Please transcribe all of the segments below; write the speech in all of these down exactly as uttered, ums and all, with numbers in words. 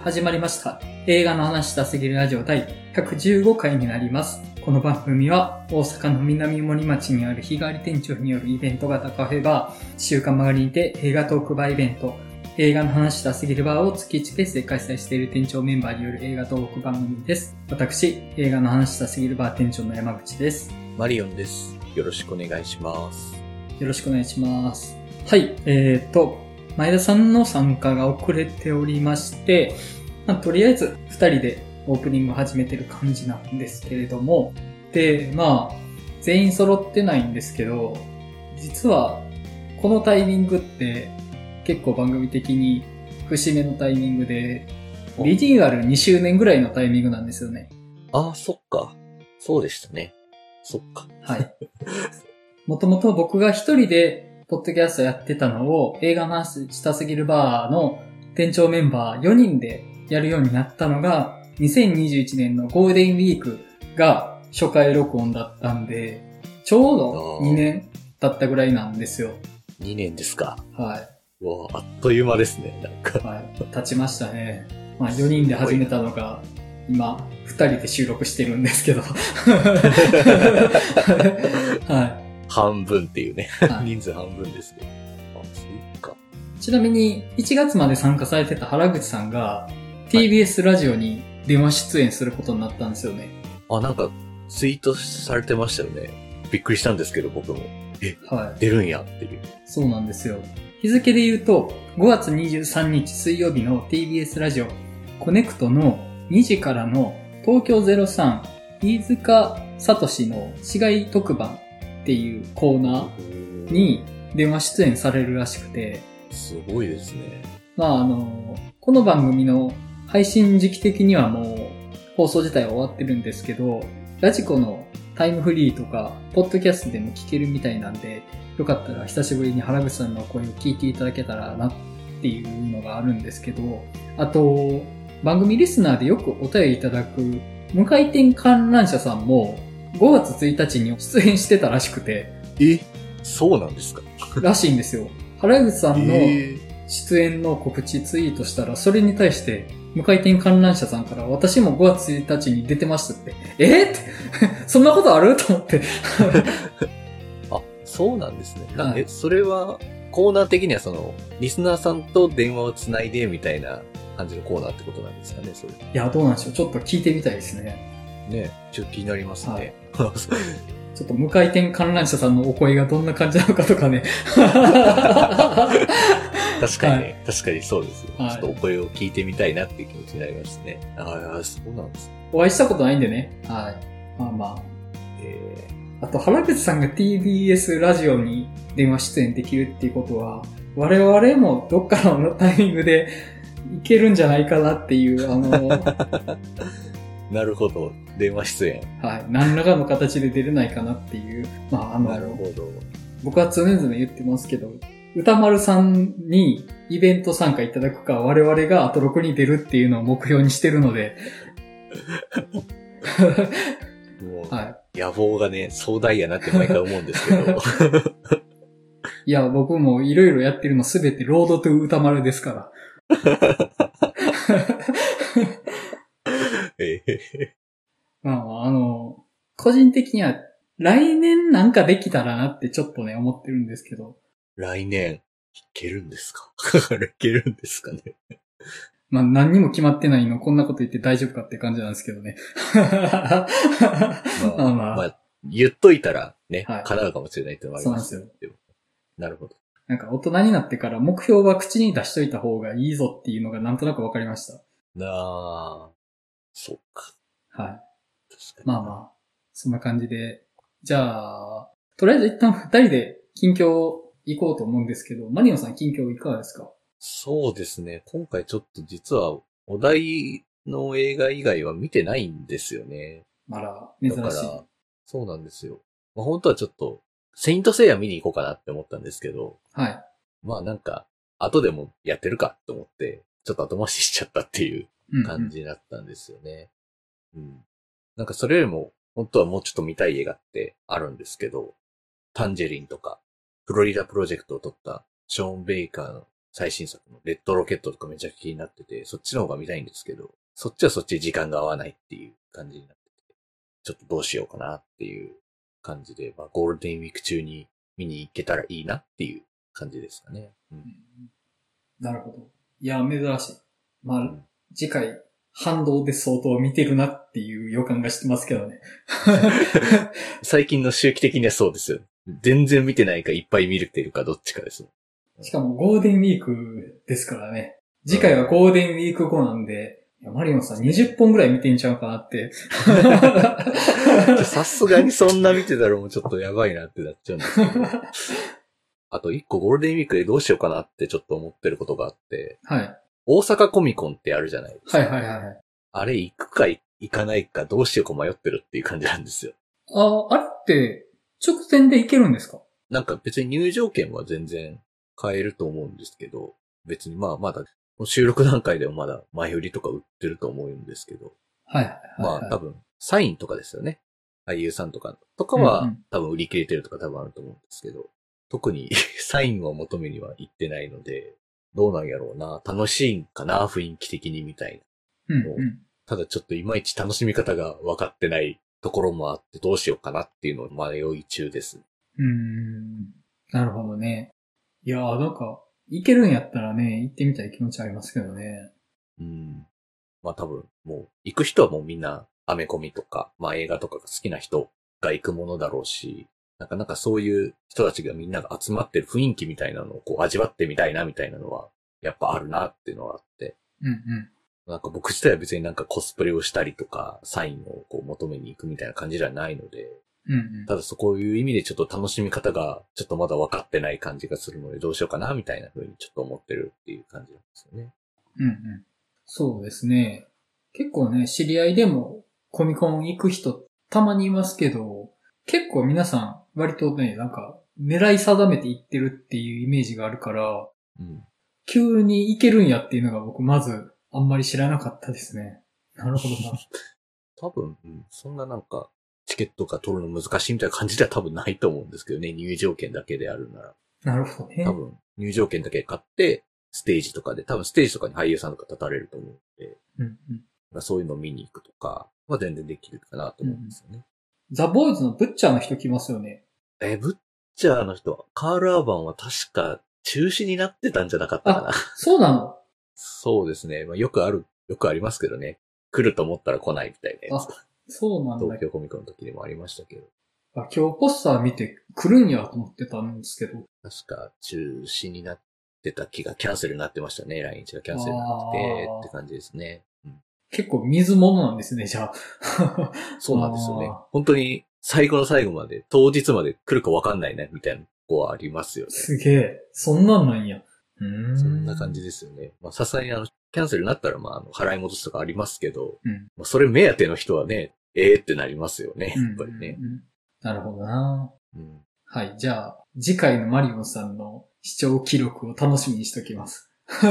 始まりました。映画の話したすぎるラジオ第ひゃくじゅうごかいになります。この番組は大阪の南森町にある日替わり店長によるイベント型カフェバー、週刊曲がりにて映画トークバーイベント、映画の話したすぎるバーを月いちペースで開催している店長メンバーによる映画トーク番組です。私、映画の話したすぎるバー店長の山口です。 マリオンです。よろしくお願いします。 よろしくお願いします。はい、えーと、前田さんの参加が遅れておりまして、まあ、とりあえずふたりでオープニングを始めてる感じなんですけれども、で、まあ、全員揃ってないんですけど、実はこのタイミングって結構番組的に節目のタイミングで、リニューアルにしゅうねんぐらいのタイミングなんですよね。 ああ、そっか。そうでしたね。そっか。 はい。もともと僕が一人でポッドキャストやってたのを映画の話したすぎるバーの店長メンバーよにんでやるようになったのがにせんにじゅういちねんのゴールデンウィークが初回録音だったんで、ちょうどにねん経ったぐらいなんですよ。 にねんですか。 はい。 うわあっという間ですね、なんか。 はい。経ちましたね。まあよにんで始めたのが今ふたりで収録してるんですけど。はい。 半分っていうね。はい、人数半分ですけど。あ、そっか。 ちなみにいちがつまで参加されてた原口さんが ティービーエス ラジオに電話出演することになったんですよね。 あ、なんかツイートされてましたよね。びっくりしたんですけど僕も。え、はい、出るんやっていう。 そうなんですよ。日付で言うとごがつにじゅうさんにち水曜日の ティービーエス ラジオコネクトのにじからの東京ゼロさん飯塚聡の市街特番っていうコーナーに電話出演されるらしくて。 すごいですね。 まああの、この番組の配信時期的にはもう放送自体は終わってるんですけど、ラジコのタイムフリーとか、ポッドキャストでも聞けるみたいなんで、よかったら久しぶりに原口さんの声を聞いていただけたらなっていうのがあるんですけど、あと、番組リスナーでよくお便りいただく無回転観覧車さんもごがつついたちに出演してたらしくて。 え、そうなんですか？ らしいんですよ。原口さんの出演の告知ツイートしたら、それに対して無回転観覧車さんから私もごがつついたちに出てましたって。えー、ってそんなことあると思って。 あ、そうなんですね。はい、え、それはコーナー的にはそのリスナーさんと電話をつないでみたいな感じのコーナーってことなんですかね、それ。いや、どうなんでしょう。ちょっと聞いてみたいですね。 ね、ちょっと気になりますね。 はい、ちょっと無回転観覧車さんのお声がどんな感じなのかとかね。 確かにね、はい、確かにそうですよ、はい。ちょっとお声を聞いてみたいなっていう気持ちになりますね。ああ、そうなんですね。 お会いしたことないんでね。はい。まあまあ。えー、あと、原口さんが ティービーエス ラジオに電話出演できるっていうことは、我々もどっかのタイミングでいけるんじゃないかなっていう、あの、 なるほど。電話出演。 はい。何らかの形で出れないかなっていう。まあ、あの、 なるほど。 僕は常々言ってますけど、歌丸さんにイベント参加いただくか、我々がアトロクに出るっていうのを目標にしてるので。 もう、はい、野望がね、壮大やなって毎回思うんですけど。 いや、僕もいろいろやってるのすべてロードトゥ歌丸ですから。 ええ、 まあ、あの、個人的には来年なんかできたらなってちょっとね、思ってるんですけど。 来年、いけるんですか？いけるんですかね。 まあ何にも決まってないの、こんなこと言って大丈夫かって感じなんですけどね。 まあ、まあ、まあ、言っといたらね、はい、叶うかもしれないってのもあります。そうなんですよ。なるほど。 なんか大人になってから目標は口に出しといた方がいいぞっていうのがなんとなくわかりました。 なあ、そっか。 はい。確かに。まあまあ、そんな感じで。じゃあ、とりあえず一旦二人で近況行こうと思うんですけど、マリオンさん近況いかがですか？ そうですね。今回ちょっと実はお題の映画以外は見てないんですよね。 あら、珍しい。 だから、そうなんですよ。まあ、本当はちょっと、セイントセイヤ見に行こうかなって思ったんですけど。 はい。 まあなんか、後でもやってるかと思って、ちょっと後回ししちゃったっていう感じだったんですよね。うん、うん。なんかそれよりも、本当はもうちょっと見たい映画ってあるんですけど、タンジェリンとか、フロリダプロジェクトを撮ったショーン・ベイカーの最新作のレッドロケットとかめちゃ気になってて、そっちの方が見たいんですけど、そっちはそっちで時間が合わないっていう感じになってて、ちょっとどうしようかなっていう感じで、まあゴールデンウィーク中に見に行けたらいいなっていう感じですかね。うん、 なるほど。いや、珍しい。まあ、うん、次回、反動で相当見てるなっていう予感がしてますけどね。 最近の周期的にはそうですよ。全然見てないかいっぱい見れてるかどっちかです。 しかもゴールデンウィークですからね。次回はゴールデンウィーク後なんで、いやマリオンさんにじゅっぽんぐらい見てんちゃうかなって。 さすがにそんな見てたらもうちょっとやばいなってなっちゃうんですけど。あと一個ゴールデンウィークでどうしようかなってちょっと思ってることがあって。 はい。 大阪コミコンってあるじゃないですか。 はいはいはい。 あれ行くか行かないかどうしようか迷ってるっていう感じなんですよ。 あ、あれって直前で行けるんですか？ なんか別に入場券は全然買えると思うんですけど、別にまあまだ収録段階でもまだ前売りとか売ってると思うんですけど。 はいはいはい、はい。 まあ多分サインとかですよね。俳優さんとかとかは、うんうん、多分売り切れてるとか多分あると思うんですけど、特にサインを求めには行ってないので、どうなんやろうな、楽しいんかな、雰囲気的にみたいな、うんうん。ただちょっといまいち楽しみ方が分かってないところもあってどうしようかなっていうのを迷い中です。 うーん。なるほどね。いやーなんか、行けるんやったらね、行ってみたい気持ちありますけどね。 うん。まあ多分、もう、行く人はもうみんな、アメコミとか、まあ映画とかが好きな人が行くものだろうし、なかなかそういう人たちがみんなが集まってる雰囲気みたいなのをこう味わってみたいなみたいなのは、やっぱあるなっていうのがあって。 うんうん。 なんか僕自体は別になんかコスプレをしたりとか、サインをこう求めに行くみたいな感じではないので、 うんうん、ただそういう意味でちょっと楽しみ方がちょっとまだ分かってない感じがするのでどうしようかなみたいな風にちょっと思ってるっていう感じなんですよね。 うんうん。そうですね。結構ね、知り合いでもコミコン行く人たまにいますけど、結構皆さん割とね、なんか狙い定めて行ってるっていうイメージがあるから、うん、急に行けるんやっていうのが僕まずあんまり知らなかったですね。なるほどな。 多分、うん、そんななんかチケットが取るの難しいみたいな感じでは多分ないと思うんですけどね、入場券だけであるなら。 なるほどね。 多分、入場券だけ買って、ステージとかで、多分ステージとかに俳優さんとか立たれると思うので、うんうん、そういうのを見に行くとかは全然できるかなと思うんですよね。うん、 ザ・ボーイズのブッチャーの人来ますよね。 え、ブッチャーの人、カール・アーバンは確か中止になってたんじゃなかったかな。あ、 そうなの？ そうですね。まあ、よくある、よくありますけどね。来ると思ったら来ないみたいなやつ。 あ、そうなんだ。 東京コミコンの時にもありましたけど。 あ、今日ポスター見て来るんやと思ってたんですけど。 確か中止になってた気がキャンセルになってましたね。来日がキャンセルになっててって感じですね。うん、 結構水物なんですね、じゃあ。 そうなんですよね。本当に最後の最後まで、当日まで来るか分かんないね、みたいなとこはありますよね。 すげえ。そんなんなんや。うーん、 そんな感じですよね。まあさすがにあの、キャンセルになったらまあ、あの、払い戻すとかありますけど、うん、まあ、それ目当ての人はね、ええー、ってなりますよね、やっぱりね。 うんうんうん、なるほどな、うん。はい、じゃあ、次回のマリオンさんの視聴記録を楽しみにしときます。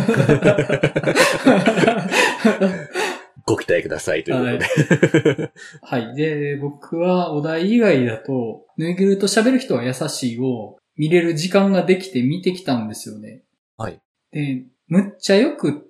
ご期待くださいということで。はい。はい。で、僕はお題以外だと、ぬいぐると喋る人は優しいを見れる時間ができて見てきたんですよね。 はい。 で、むっちゃよくって、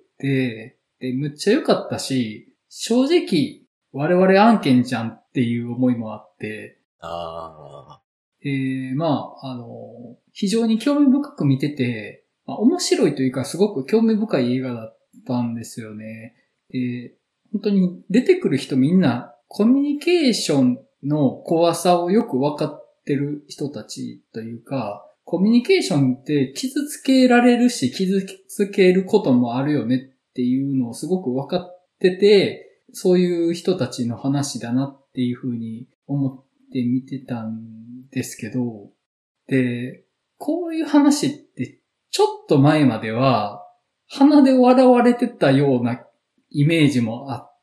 で、むっちゃ良かったし、正直、我々案件じゃんっていう思いもあって、 ああ。 えー、まあ、あの、非常に興味深く見てて、まあ、面白いというかすごく興味深い映画だったんですよね。で、本当に出てくる人みんなコミュニケーションの怖さをよくわかってる人たちというか、コミュニケーションって傷つけられるし傷つけることもあるよねっていうのをすごくわかってて、そういう人たちの話だなっていうふうに思って見てたんですけど、で、こういう話ってちょっと前までは鼻で笑われてたようなイメージもあって、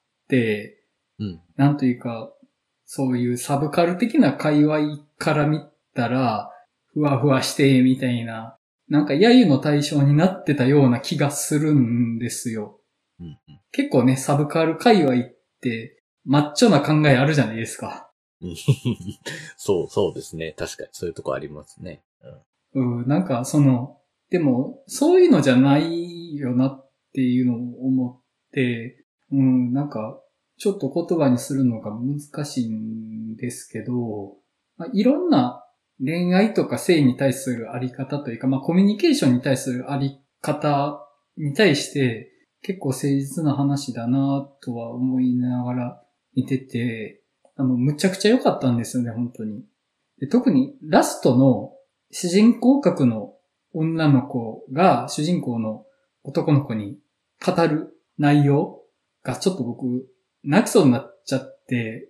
うん、なんというか、そういうサブカル的な界隈から見たら、ふわふわしてみたいな、なんか揶揄の対象になってたような気がするんですよ。うんうん、結構ね、サブカル界隈ってマッチョな考えあるじゃないですか。 そう、そうですね。確かにそういうとこありますね。 うん、うん、なんかその、 でも、そういうのじゃないよなっていうのを思って、うん、なんか、ちょっと言葉にするのが難しいんですけど、まあ、いろんな恋愛とか性に対するあり方というか、まあコミュニケーションに対するあり方に対して結構誠実な話だなとは思いながら見てて、あの、むちゃくちゃ良かったんですよね、本当に。で、特にラストの主人公格の女の子が主人公の男の子に語る内容がちょっと僕泣きそうになっちゃって、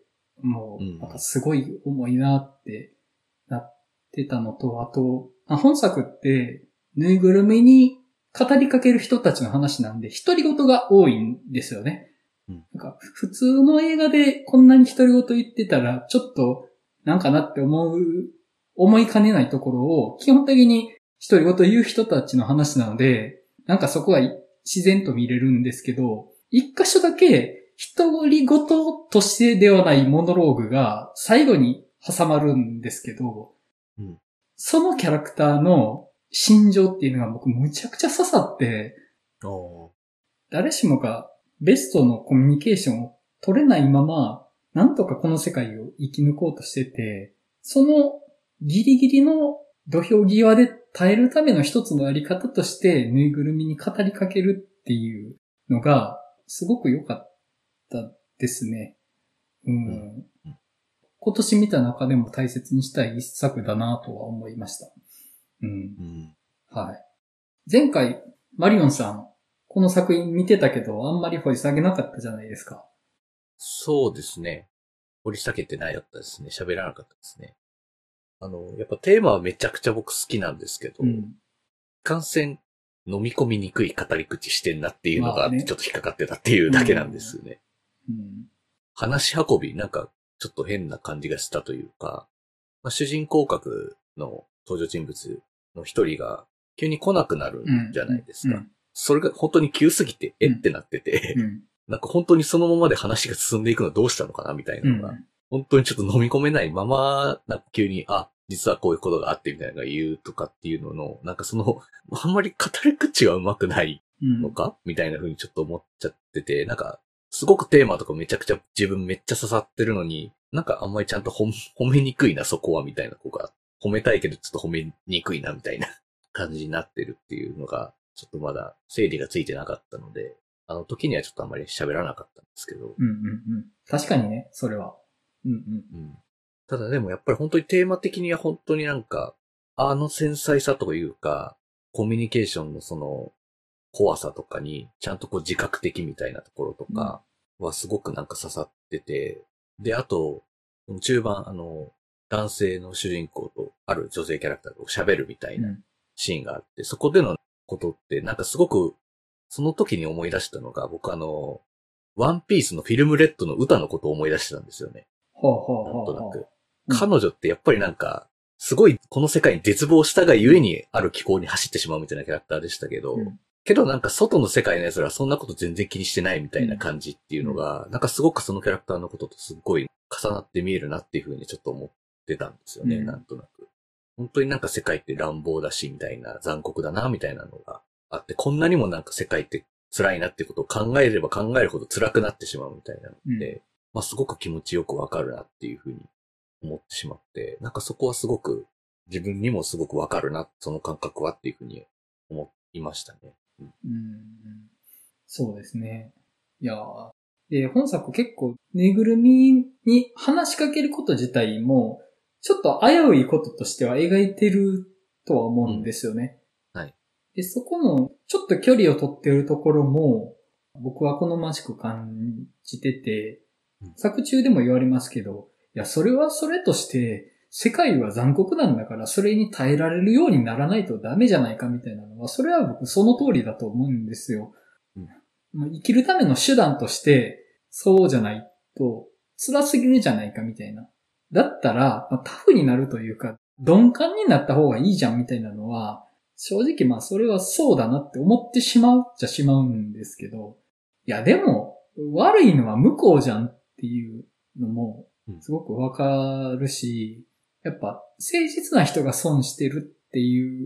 もうなんかすごい重いなってなってたのと、あと、本作ってぬいぐるみに語りかける人たちの話なんで独り言が多いんですよね。うん、なんか普通の映画でこんなに独り言言ってたらちょっとなんかなって思う、思いかねないところを基本的に独り言言う人たちの話なので、なんかそこは自然と見れるんですけど、一箇所だけ独り言としてではないモノローグが最後に挟まるんですけど、うん、そのキャラクターの心情っていうのが僕むちゃくちゃ刺さって、誰しもがベストのコミュニケーションを取れないまま、なんとかこの世界を生き抜こうとしてて、そのギリギリの土俵際で耐えるための一つのやり方としてぬいぐるみに語りかけるっていうのがすごく良かったですね。うん。うん、今年見た中でも大切にしたい一作だなとは思いました。うん。うん、はい。前回、マリオンさん、この作品見てたけど、あんまり掘り下げなかったじゃないですか。 そうですね。掘り下げてないだったですね。喋らなかったですね。あの、やっぱテーマはめちゃくちゃ僕好きなんですけど、うん、感染飲み込みにくい語り口してんなっていうのがちょっと引っかかってたっていうだけなんですよね。うんうん、話し運び、なんかちょっと変な感じがしたというか、まあ、主人公格の登場人物の一人が急に来なくなるんじゃないですか。うんうん、それが本当に急すぎて、えってなってて、うん、なんか本当にそのままで話が進んでいくのどうしたのかなみたいなのが、うん、本当にちょっと飲み込めないまま、なんか急に、あ、実はこういうことがあってみたいなのが言うとかっていうのの、なんかその、あんまり語り口が上手くないのか、うん、みたいな風にちょっと思っちゃってて、なんか、すごくテーマとかめちゃくちゃ自分めっちゃ刺さってるのに、なんかあんまりちゃんと褒めにくいな、そこは、みたいな子が、褒めたいけどちょっと褒めにくいな、みたいな感じになってるっていうのが、ちょっとまだ整理がついてなかったので、あの時にはちょっとあんまり喋らなかったんですけど。 うんうんうん。確かにね、それは。うんうん。うん、 ただでもやっぱり本当にテーマ的には本当になんか、あの繊細さというか、コミュニケーションのその怖さとかに、ちゃんとこう自覚的みたいなところとかはすごくなんか刺さってて、うん、で、あと、中盤、あの、男性の主人公とある女性キャラクターと喋るみたいなシーンがあって、うん、そこでのことってなんかすごく、その時に思い出したのが、僕あの、ワンピースのフィルムレッドの歌のことを思い出してたんですよね。 ほうほうほうほう。 なんとなく。彼女ってやっぱりなんか、すごいこの世界に絶望したがゆえにある気候に走ってしまうみたいなキャラクターでしたけど、うん、けどなんか外の世界の奴らはそんなこと全然気にしてないみたいな感じっていうのが、うん、なんかすごくそのキャラクターのこととすごい重なって見えるなっていうふうにちょっと思ってたんですよね、うん、なんとなく。本当になんか世界って乱暴だしみたいな、残酷だなみたいなのがあって、こんなにもなんか世界って辛いなってことを考えれば考えるほど辛くなってしまうみたいなので、うん、まあすごく気持ちよくわかるなっていうふうに思ってしまって、なんかそこはすごく自分にもすごくわかるな、その感覚はっていうふうに思いましたね。うん、 うんそうですね。いやーで、本作結構ぬいぐるみに話しかけること自体もちょっと危ういこととしては描いてるとは思うんですよね。 うん、はい。 で、そこのちょっと距離を取ってるところも僕は好ましく感じてて、うん、作中でも言われますけど、いや、それはそれとして、世界は残酷なんだから、それに耐えられるようにならないとダメじゃないかみたいなのは、それは僕その通りだと思うんですよ。うん、生きるための手段として、そうじゃないと、辛すぎるじゃないかみたいな。だったら、まあ、タフになるというか、鈍感になった方がいいじゃんみたいなのは、正直まあそれはそうだなって思ってしまうっちゃしまうんですけど、いやでも、悪いのは向こうじゃんっていうのも、すごくわかるし、やっぱ誠実な人が損してるっていう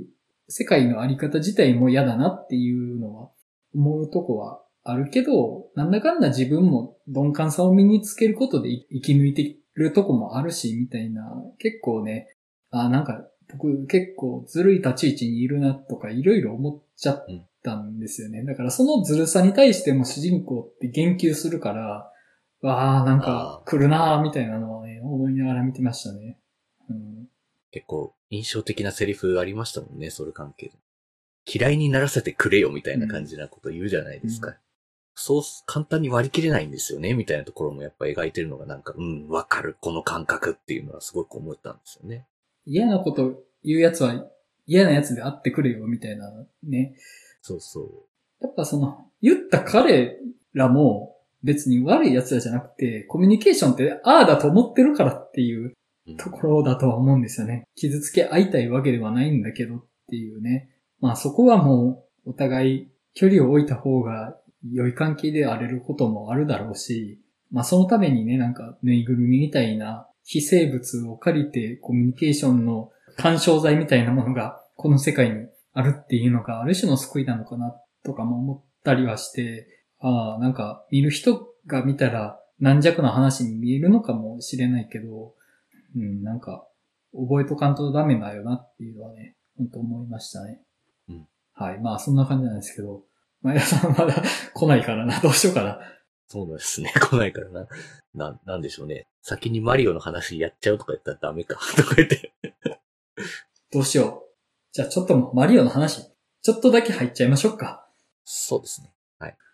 世界のあり方自体も嫌だなっていうのは思うとこはあるけど、なんだかんだ自分も鈍感さを身につけることで生き抜いてるとこもあるし、みたいな、結構ね、あ、なんか僕結構ずるい立ち位置にいるなとかいろいろ思っちゃったんですよね。だからそのずるさに対しても主人公って言及するから、わあなんか来るなーみたいなのはね、思いながら見てましたね。うん、 結構印象的なセリフありましたもんね、それ関係で。嫌いにならせてくれよみたいな感じなこと言うじゃないですか。うん、そう簡単に割り切れないんですよね、みたいなところもやっぱ描いてるのがなんか、うん、わかる、この感覚っていうのはすごく思ったんですよね。 嫌なこと言うやつは嫌なやつであってくれよ、みたいなね。 そうそう。 やっぱその、言った彼らも別に悪いやつらじゃなくて、コミュニケーションってああだと思ってるからっていうところだとは思うんですよね。傷つけ合いたいわけではないんだけどっていうね。まあそこはもうお互い距離を置いた方が良い関係であれることもあるだろうし、まあそのためにね、なんかぬいぐるみみたいな非生物を借りてコミュニケーションの干渉剤みたいなものがこの世界にあるっていうのがある種の救いなのかなとかも思ったりはして、ああ、なんか見る人が見たら軟弱な話に見えるのかもしれないけど、うん、なんか覚えとかんとダメだよなっていうのはね、本当思いましたね。 うん、 はい、まあそんな感じなんですけど、前田さんまだ来ないからな、どうしようかな。 そうなんですね。来ないからな。な、なんでしょうね。先にマリオの話やっちゃうとか言ったらダメか。とか言って。 どうしよう。じゃあちょっとマリオの話、ちょっとだけ入っちゃいましょうか。 そうですね。はい。